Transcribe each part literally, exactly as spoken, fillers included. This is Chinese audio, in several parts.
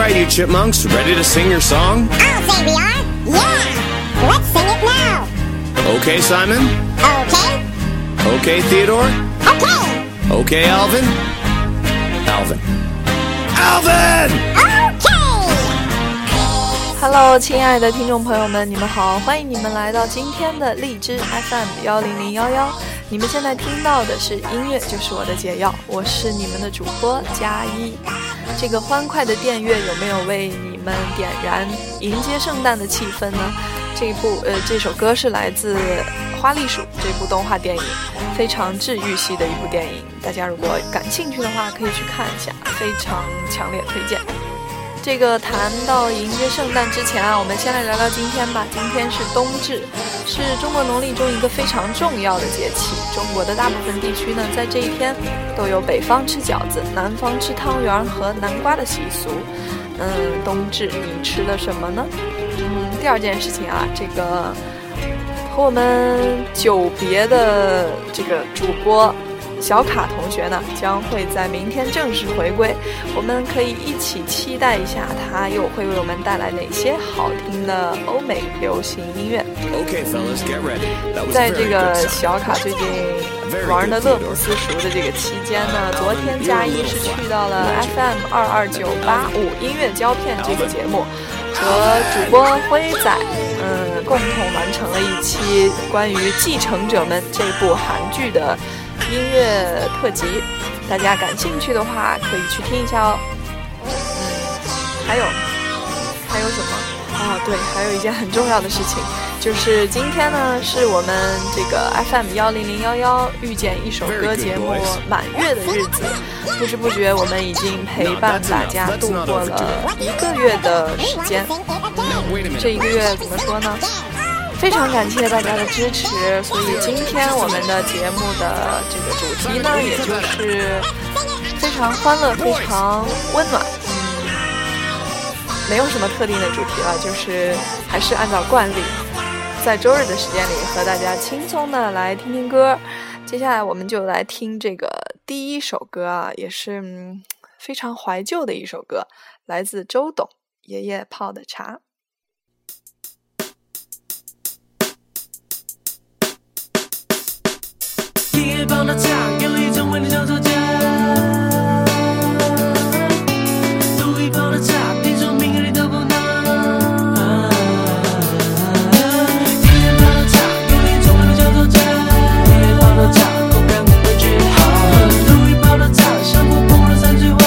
right, you chipmunks, ready to sing your song? I'll say we are. Yeah. Let's sing it now. Okay, Simon? Okay. Okay, Theodore? Okay. Okay, Alvin? Alvin. Alvin! Hello， 亲爱的听众朋友们，你们好，欢迎你们来到今天的荔枝 F M 幺零零幺幺。你们现在听到的是音乐就是我的解药，我是你们的主播佳一。这个欢快的电乐有没有为你们点燃迎接圣诞的气氛呢？这一部呃，这首歌是来自《花栗鼠》这部动画电影，非常治愈系的一部电影，大家如果感兴趣的话可以去看一下，非常强烈推荐。这个谈到迎接圣诞之前啊，我们先来聊聊今天吧。今天是冬至，是中国农历中一个非常重要的节气。中国的大部分地区呢，在这一天都有北方吃饺子，南方吃汤圆和南瓜的习俗。嗯，冬至你吃了什么呢？嗯，第二件事情啊，这个和我们久别的这个主播小卡同学呢，将会在明天正式回归，我们可以一起期待一下他又会为我们带来哪些好听的欧美流行音乐。 Okay, fellas, get ready. That was 在这个小卡最近玩的乐不思蜀的这个期间呢，昨天佳一是去到了 F M 二二九八五音乐胶片这个节目，和主播辉仔嗯共同完成了一期关于《继承者们》这部韩剧的音乐特辑，大家感兴趣的话可以去听一下哦。嗯，还有还有什么啊？对，还有一件很重要的事情，就是今天呢是我们这个 F M 幺零零幺幺遇见一首歌节目满月的日子，不知不觉我们已经陪伴大家度过了一个月的时间。嗯，这一个月怎么说呢？非常感谢大家的支持，所以今天我们的节目的这个主题呢，也就是非常欢乐，非常温暖。嗯，没有什么特定的主题了，就是还是按照惯例，在周日的时间里和大家轻松的来听听歌。接下来我们就来听这个第一首歌啊，也是、嗯、非常怀旧的一首歌，来自周董，爷爷泡的茶。 爷爷泡的茶有一种味道叫做家，都会泡的茶听说名额里都不难。爷爷泡的茶有一种味道叫做家，爷爷泡的茶口感味觉好，都会泡的茶像我碰了山水画。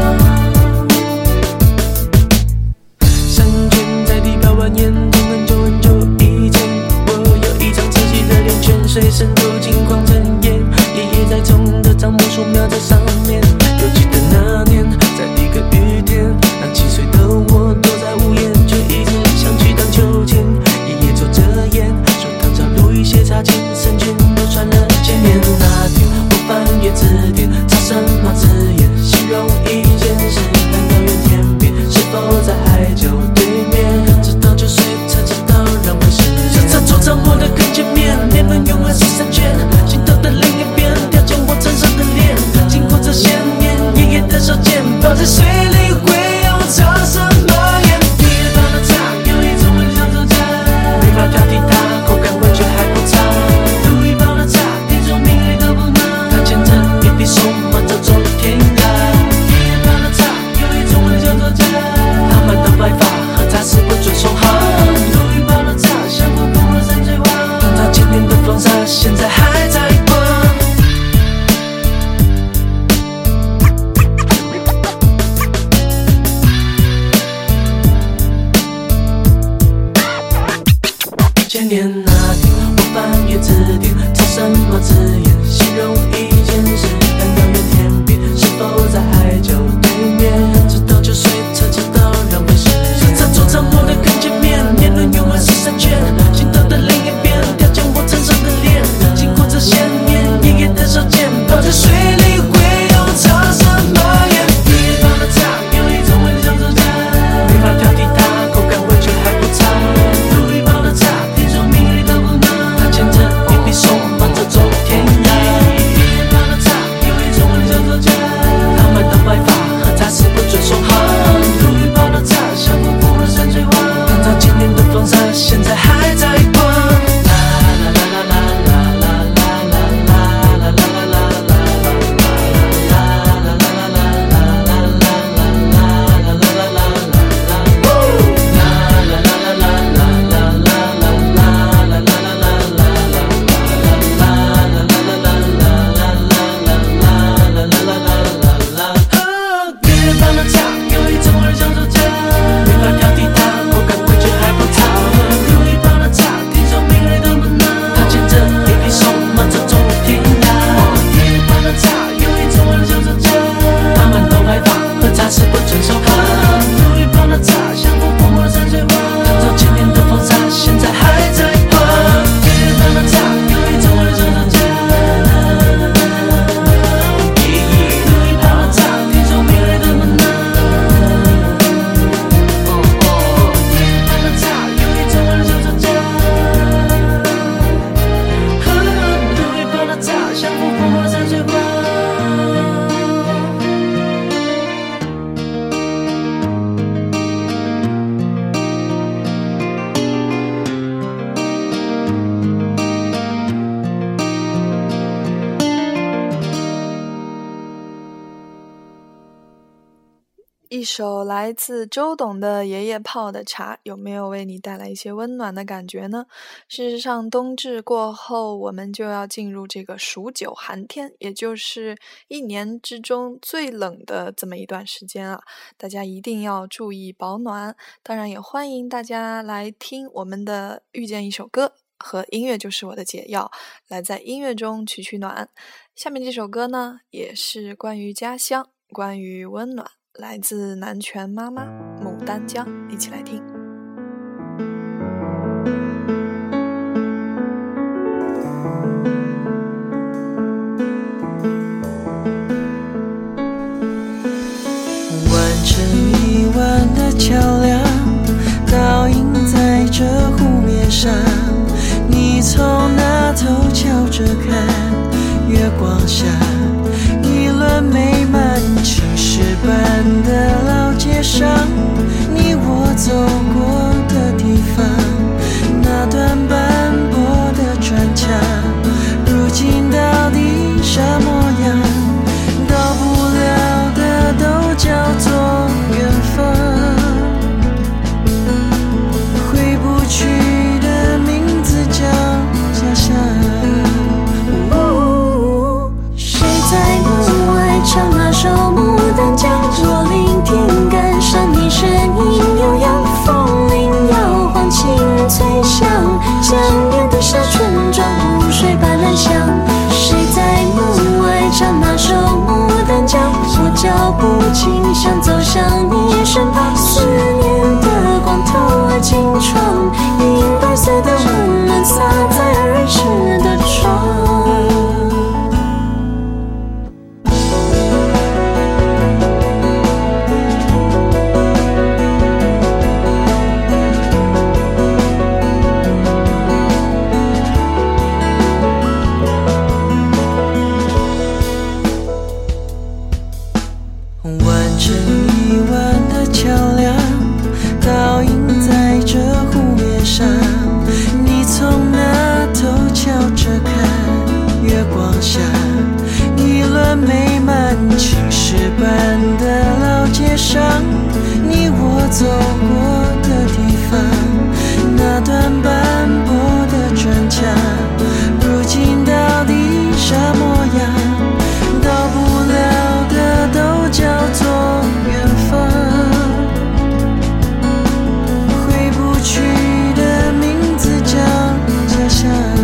山泉在地漂蜿蜒，从很久很久以前，我有一张清晰的脸，泉水渗透金黄层。在种的樟木树苗在上面，犹记得那年，在一个雨天，让七岁的我躲在屋檐，却一直想去荡秋千。爷爷抽着烟，说唐朝如雨写茶经，圣经都传了千年。那天我翻阅字典，查什么字眼，形容一件事，难道远天边，是否在海角对面？直到九岁才知道两回事。想在桌上我的跟前面，年轮永远是三圈，心头的另一边。我身上的脸，经过这些年，爷爷的手尖泡在水里会有潮什么烟？爷爷泡的茶有一种味道叫做家，没法挑剔它，口感味觉还不差。路易泡的茶听说名利都不难，他牵着一匹松马走走天涯。爷爷泡的茶有一种味道叫做家，他们的白发和他是不准说话。路易泡的茶像我碰了山水画，看他千年的风沙现在还在刮。千年那天，我翻阅字典，查什么字眼，形容一件事，难道远天边，是否在海角对面？直到九岁才知道两回事。想在桌上我的跟前面，年轮永远是三圈，心头的另一边，条件我身上的脸，经过这些年，爷爷的手尖泡在水里会有潮什么烟？爷爷泡的茶有一种味道叫做家，没法挑剔它，口感味觉还不差。路易泡的茶听说名利都不难，他牵着一匹松马走走天涯。 一首来自周董的爷爷泡的茶，有没有为你带来一些温暖的感觉呢？事实上，冬至过后，我们就要进入这个数九寒天，也就是一年之中最冷的这么一段时间啊，大家一定要注意保暖。当然，也欢迎大家来听我们的遇见一首歌。和音乐就是我的解药，来在音乐中取取暖。下面这首歌呢，也是关于家乡，关于温暖，来自南拳妈妈牡丹江，一起来听。 完成一弯的桥梁，倒映在这湖面上，你从那头瞧着看，月光下一轮美满，青石板的老街上，你我走过的地方，那段斑驳的砖墙，如今到底啥模样？到不了的都叫做远方，回不去的名字叫家乡。谁在门外唱那首牡丹江？若聆听感伤，你声音悠扬，风铃摇晃，清脆响，江边的沙村庄湖水般蓝香。谁在门外唱那首牡丹江？我脚步轻，想走向你身旁，思念的光透进窗，银白色的温暖洒在儿时的窗。走过的地方，那段斑驳的砖墙，如今到底啥模样？到不了的都叫做远方，回不去的名字叫家乡。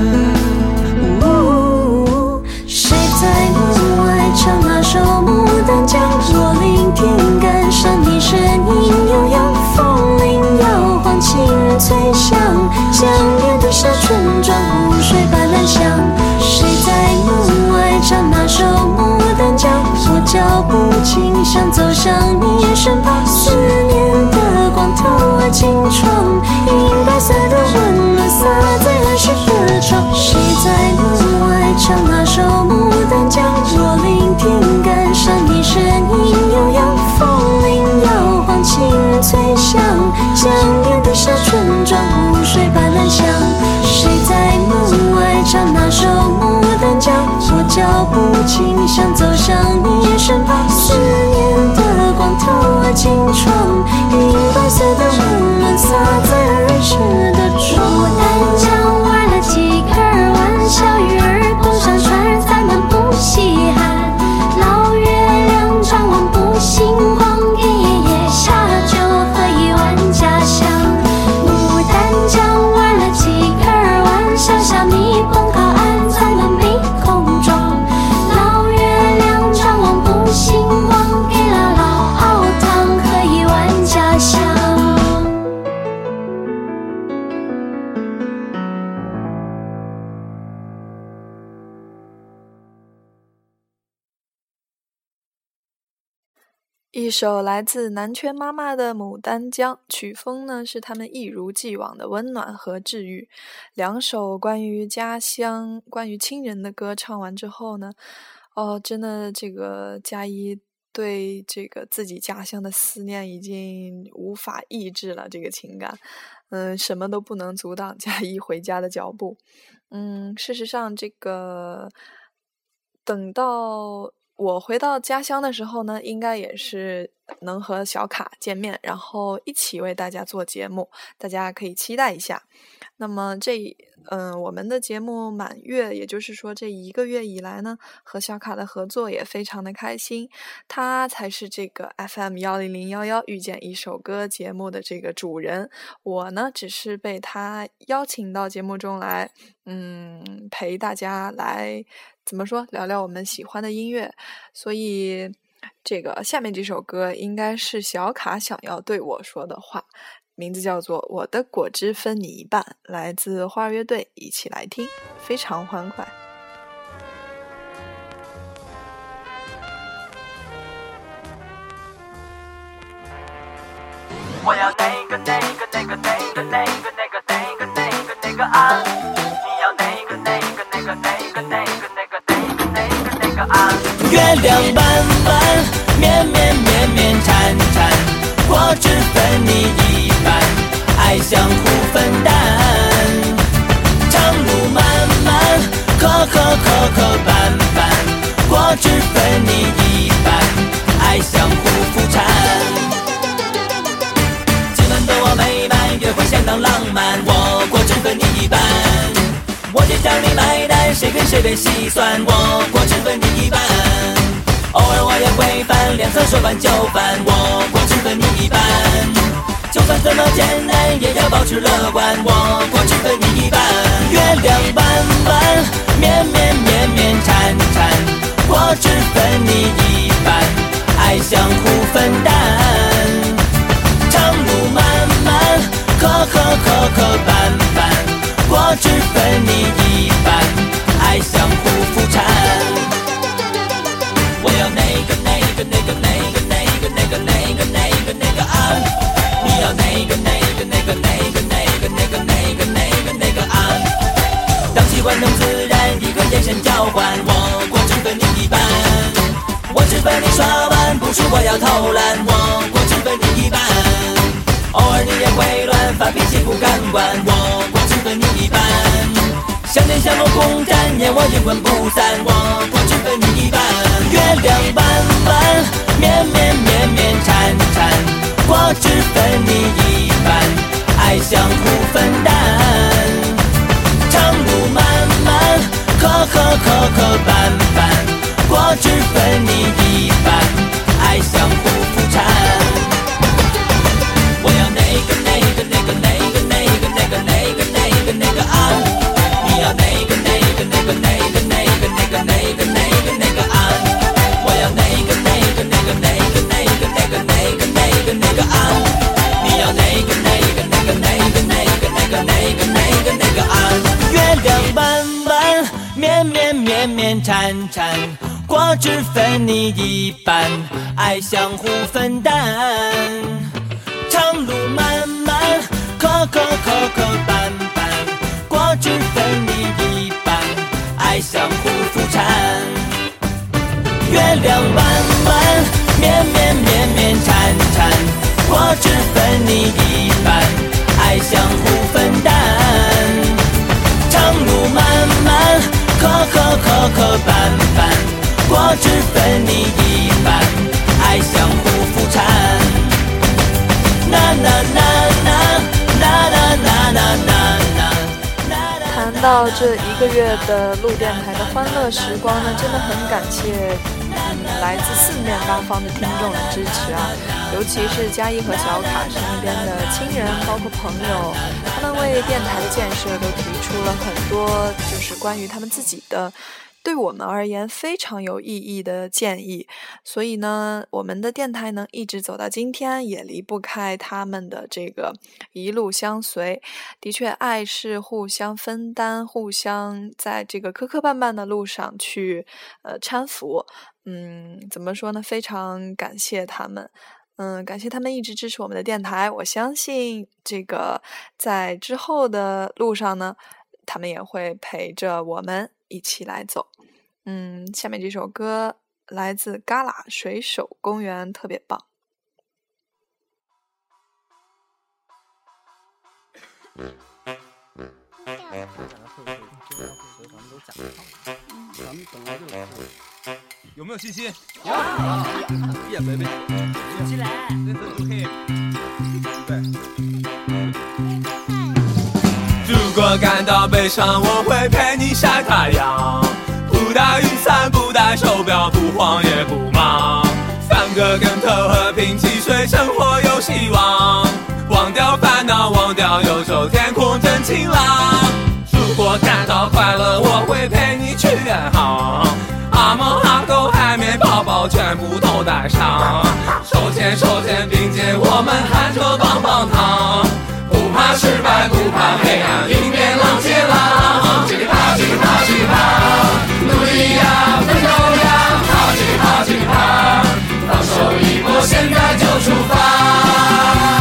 谁在门外唱那首牡丹江？若聆听感伤，你声音悠扬，风铃摇晃，清脆响，江边的沙村庄湖水般蓝香。谁在门外唱那首牡丹江？我脚步轻，想走向你身旁，思念的光透进窗，银白色的温暖洒在儿时的窗。谁在门外唱那首牡丹江？若聆听感伤，你声音悠扬，风铃摇晃，清脆响，江边的沙村庄湖水般蓝香。谁在门外唱那首牡丹江？我脚步轻，想走向你身旁，思念的光透进窗，银白色的温暖洒在儿时的窗。牡丹江玩了几个玩小鱼儿蹦上船，咱们不稀罕。老月亮张望不星光，给爷爷下酒喝一碗家乡。牡丹江玩了几个玩，小虾米蹦靠岸，咱们没空装。老月亮张望不星光，给姥姥熬汤喝一碗家乡。 一首来自南拳妈妈的《牡丹江》，曲风呢是他们一如既往的温暖和治愈。两首关于家乡、关于亲人的歌唱完之后呢，哦，真的这个佳一对这个自己家乡的思念已经无法抑制了这个情感，嗯，什么都不能阻挡佳一回家的脚步。嗯，事实上这个等到我回到家乡的时候呢，应该也是能和小卡见面，然后一起为大家做节目，大家可以期待一下。那么这嗯、呃，我们的节目满月，也就是说这一个月以来呢，和小卡的合作也非常的开心。他才是这个 F M 一零零一一遇见一首歌节目的这个主人，我呢只是被他邀请到节目中来，嗯，陪大家来怎么说聊聊我们喜欢的音乐。所以这个下面这首歌应该是小卡想要对我说的话，名字叫做《我的果汁分你一半》，来自花儿乐队，一起来听，非常欢快。 我要那个那个那个那个那个那个那个那个那个啊，你要那个那个那个那个那个那个那个那个那个啊。月亮弯弯，绵绵绵绵缠缠，果汁分你一半，爱相互分担。长路漫漫，磕磕磕磕绊绊，果汁分你一半，爱相互扶搀。美满约会相当浪漫，我果汁分你一半，我结账你买单，谁跟谁别细算，我果汁分你一半。偶尔我也会翻脸色，说翻就翻，我果汁分你一半。就算怎么艰难，也要保持乐观，我果汁分你一半。月亮弯弯，绵绵绵绵缠缠，果汁分你一半，爱相互分担。长路漫漫，磕磕磕磕绊绊，果汁分你一半，爱相互扶搀。我要那个那个那个那个那个那个那个那个那个啊，你要那个那个那个那个那个那个那个那个那个啊。当喜欢能自然，一个眼神交换，我果汁分你一半。我只分你刷碗，不是我要偷懒，我果汁分你一半。偶尔你也会乱发脾气不敢管，我果汁分你一半。相见相互共沾，念我阴魂不散，我果汁分你一半。月亮弯弯，绵绵绵绵缠缠，果汁分你一半，爱相互分担。长路漫漫，磕磕磕磕绊绊，果汁分你一半，爱相互扶搀。我要那个那个那个那个那个那个那个那个那个啊，你要那个那个那个那个那个那个那个那个那个啊，我要那个那个那个那个那个那个那个那个那个啊，你要那个那个那个那个那个那个那个那个那个啊。月亮弯弯，绵绵绵绵缠缠，果汁分你一半，爱相互分担。长路漫漫，磕磕磕磕绊绊，果汁分你一半，爱相互扶搀。月亮弯弯，绵绵绵绵缠缠，果汁分你一半，爱相互分担。长路漫漫，磕磕磕磕绊绊，果汁分你一半，爱相互扶搀。 谈到这一个月的录电台的欢乐时光呢，真的很感谢嗯，来自四面八方的听众的支持啊，尤其是嘉一和小卡身边的亲人，包括朋友，他们为电台的建设都提出了很多就是关于他们自己的对我们而言非常有意义的建议，所以呢，我们的电台能一直走到今天，也离不开他们的这个一路相随。的确，爱是互相分担，互相在这个磕磕绊绊的路上去呃搀扶。嗯，怎么说呢？非常感谢他们。嗯，感谢他们一直支持我们的电台。我相信这个在之后的路上呢，他们也会陪着我们一起来走。嗯，下面这首歌来自嘎啦水手公园，特别棒。 有没有信心？ 有。 耶，baby， 起来。 对。 如果感到悲伤，我会陪你晒太阳。不带雨伞，不带手表，不慌也不忙。翻个跟头，和平击碎，生活有希望。忘掉烦恼，忘掉忧愁，天空真晴朗。如果感到快乐，我会陪你去远航。阿猫阿狗海绵宝宝全部都带上，手牵手肩并肩，我们喊着棒棒糖。不怕失败，不怕黑暗，迎面浪接浪。叽里啪叽里啪叽里啪，努力呀，奋斗呀，啪叽里啪叽里啪，放手一搏，现在就出发。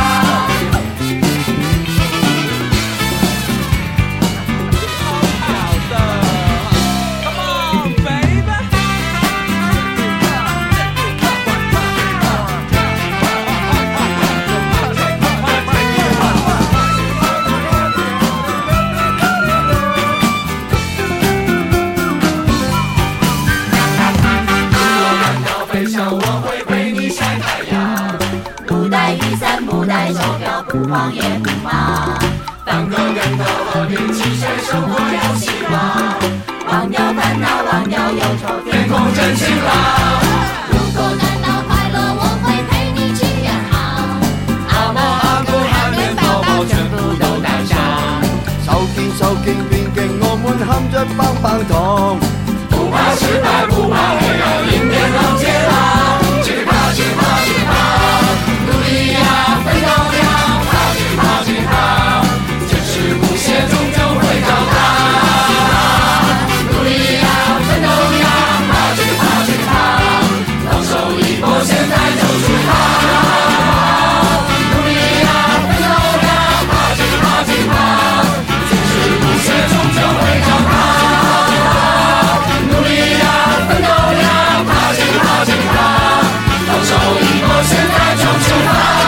不慌也不忙，翻个跟头，和平击碎，生活有希望。忘掉烦恼，忘掉忧愁，天空真晴朗。如果感到快乐，我会陪你去远航。阿貓阿狗海绵寶寶全部都帶上。 手牽手肩並肩，我們喊着棒棒糖。 不怕失敗，不怕黑暗，迎面浪接浪。噼里啪噼里啪噼里啪，努力呀，奮鬥呀。啪叽啪，坚持不懈，终究会到达。努力呀，奋斗呀，啪叽啪叽啪，放手一搏，现在就出发。努力呀，奋斗呀，啪叽啪叽啪，坚持不懈，终究会到达。努力呀，奋斗呀，啪叽啪叽啪，放手一搏，现在就出发。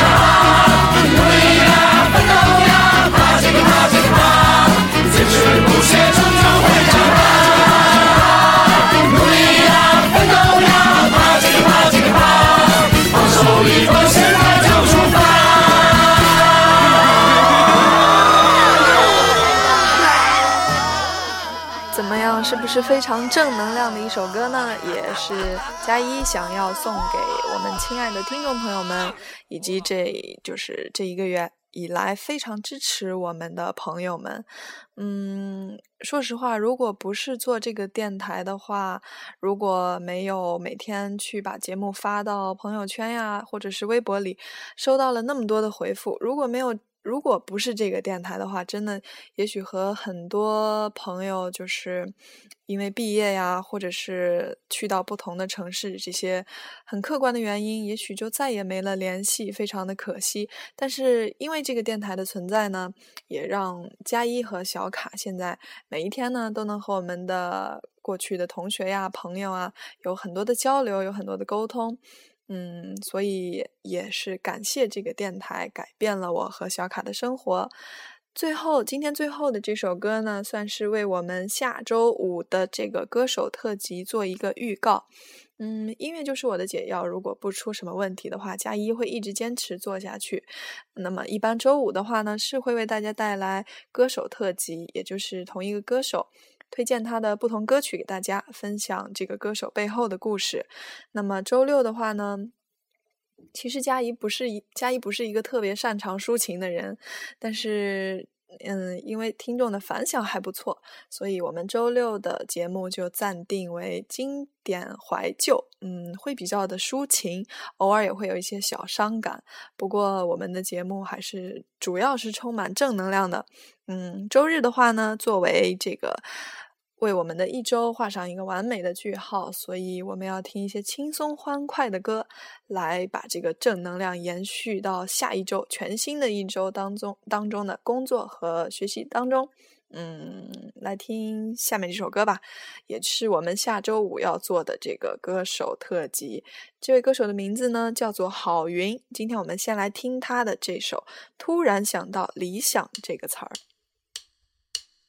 怎么样，是不是非常正能量的一首歌呢？也是佳一想要送给我们亲爱的听众朋友们，以及这就是这一个月以来非常支持我们的朋友们。嗯，说实话，如果不是做这个电台的话，如果没有每天去把节目发到朋友圈呀，或者是微博里，收到了那么多的回复，如果没有如果不是这个电台的话，真的也许和很多朋友就是因为毕业呀，或者是去到不同的城市，这些很客观的原因，也许就再也没了联系，非常的可惜。但是因为这个电台的存在呢，也让佳一和小卡现在每一天呢都能和我们的过去的同学呀、朋友啊有很多的交流，有很多的沟通。嗯，所以也是感谢这个电台改变了我和小卡的生活。最后，今天最后的这首歌呢，算是为我们下周五的这个歌手特辑做一个预告。嗯，音乐就是我的解药，如果不出什么问题的话，佳一会一直坚持做下去。那么一般周五的话呢，是会为大家带来歌手特辑，也就是同一个歌手推荐他的不同歌曲给大家，分享这个歌手背后的故事。那么周六的话呢，其实佳一不是一佳一不是一个特别擅长抒情的人，但是嗯，因为听众的反响还不错，所以我们周六的节目就暂定为经典怀旧，嗯，会比较的抒情，偶尔也会有一些小伤感。不过我们的节目还是主要是充满正能量的。嗯，周日的话呢，作为这个为我们的一周画上一个完美的句号，所以我们要听一些轻松欢快的歌，来把这个正能量延续到下一周，全新的一周当中当中的工作和学习当中。嗯，来听下面这首歌吧，也是我们下周五要做的这个歌手特辑。这位歌手的名字呢叫做郝云，今天我们先来听他的这首《突然想到理想》这个词儿。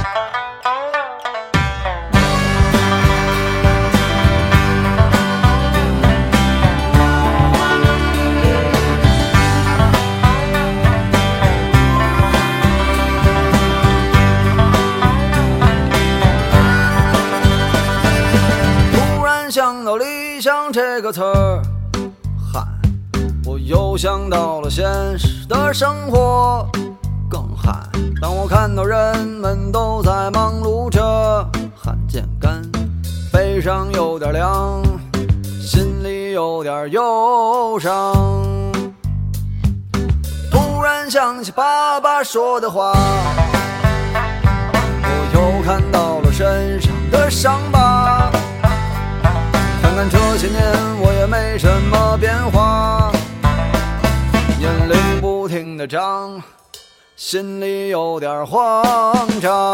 想到理想这个词儿，嗨，我又想到了现实的生活。更嗨，当我看到人们都在忙碌着，汗渐干，背上有点凉，心里有点忧伤。突然想起爸爸说的话，我又看到了身上的伤疤。看看这些年我也没什么变化，年龄不停地长，心里有点慌张。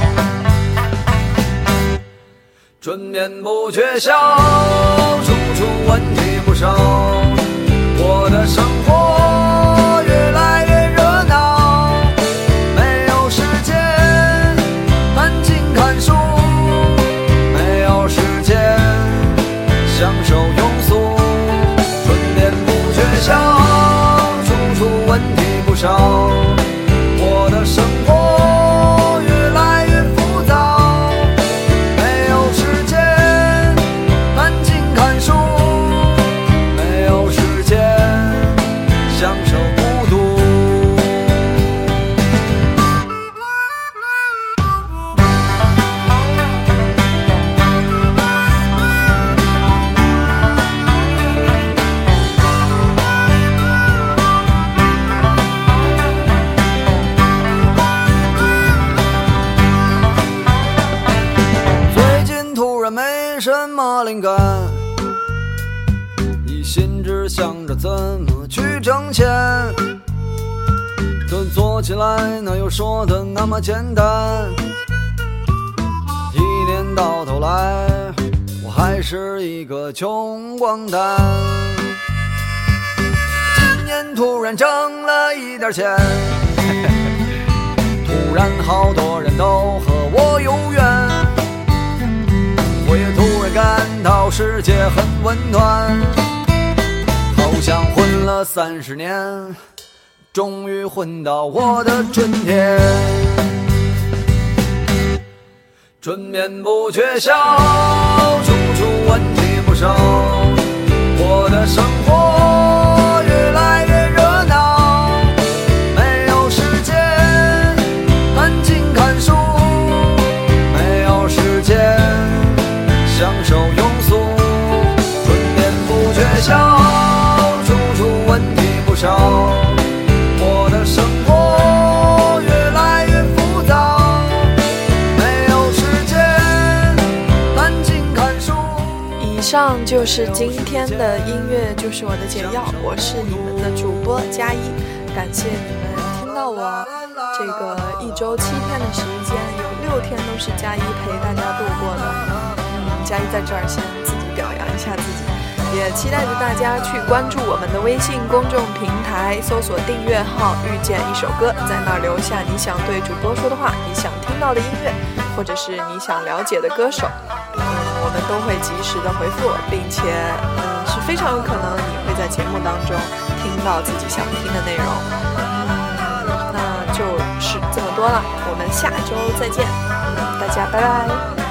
春眠不觉晓，处处问题不少，我的生活越来越热闹，没有时间安静看书，没有时间享受庸俗，春眠不觉晓，处处问题不少，我的生活越来越浮躁，没有时间安静看书，没有时间享受孤独。没什么灵感，一心只想着怎么去挣钱，可做起来哪有说的那么简单，一年到头来我还是一个穷光蛋。今年突然挣了一点钱，突然好多人都和我有缘，我也突然感到世界很温暖，好像混了三十年，终于混到我的春天。春眠不觉晓，处处问题不少，我的生活越来越热闹，没有时间安静看书，没有时间享受庸俗，春眠不觉晓，处处问题不少，我的生活越来越浮躁，没有时间安静看书。 以上就是今天的音乐就是我的解药，我是你们的主播佳一，感谢你们听到我这个一周七天的时间，有六天都是佳一陪大家度过的。佳一在这儿先自己表扬一下自己，也期待着大家去关注我们的微信公众平台，搜索订阅号遇见一首歌，在那儿留下你想对主播说的话，你想听到的音乐，或者是你想了解的歌手，嗯，我们都会及时的回复，并且嗯是非常有可能你会在节目当中听到自己想听的内容。嗯，那就是这么多了，我们下周再见，大家拜拜。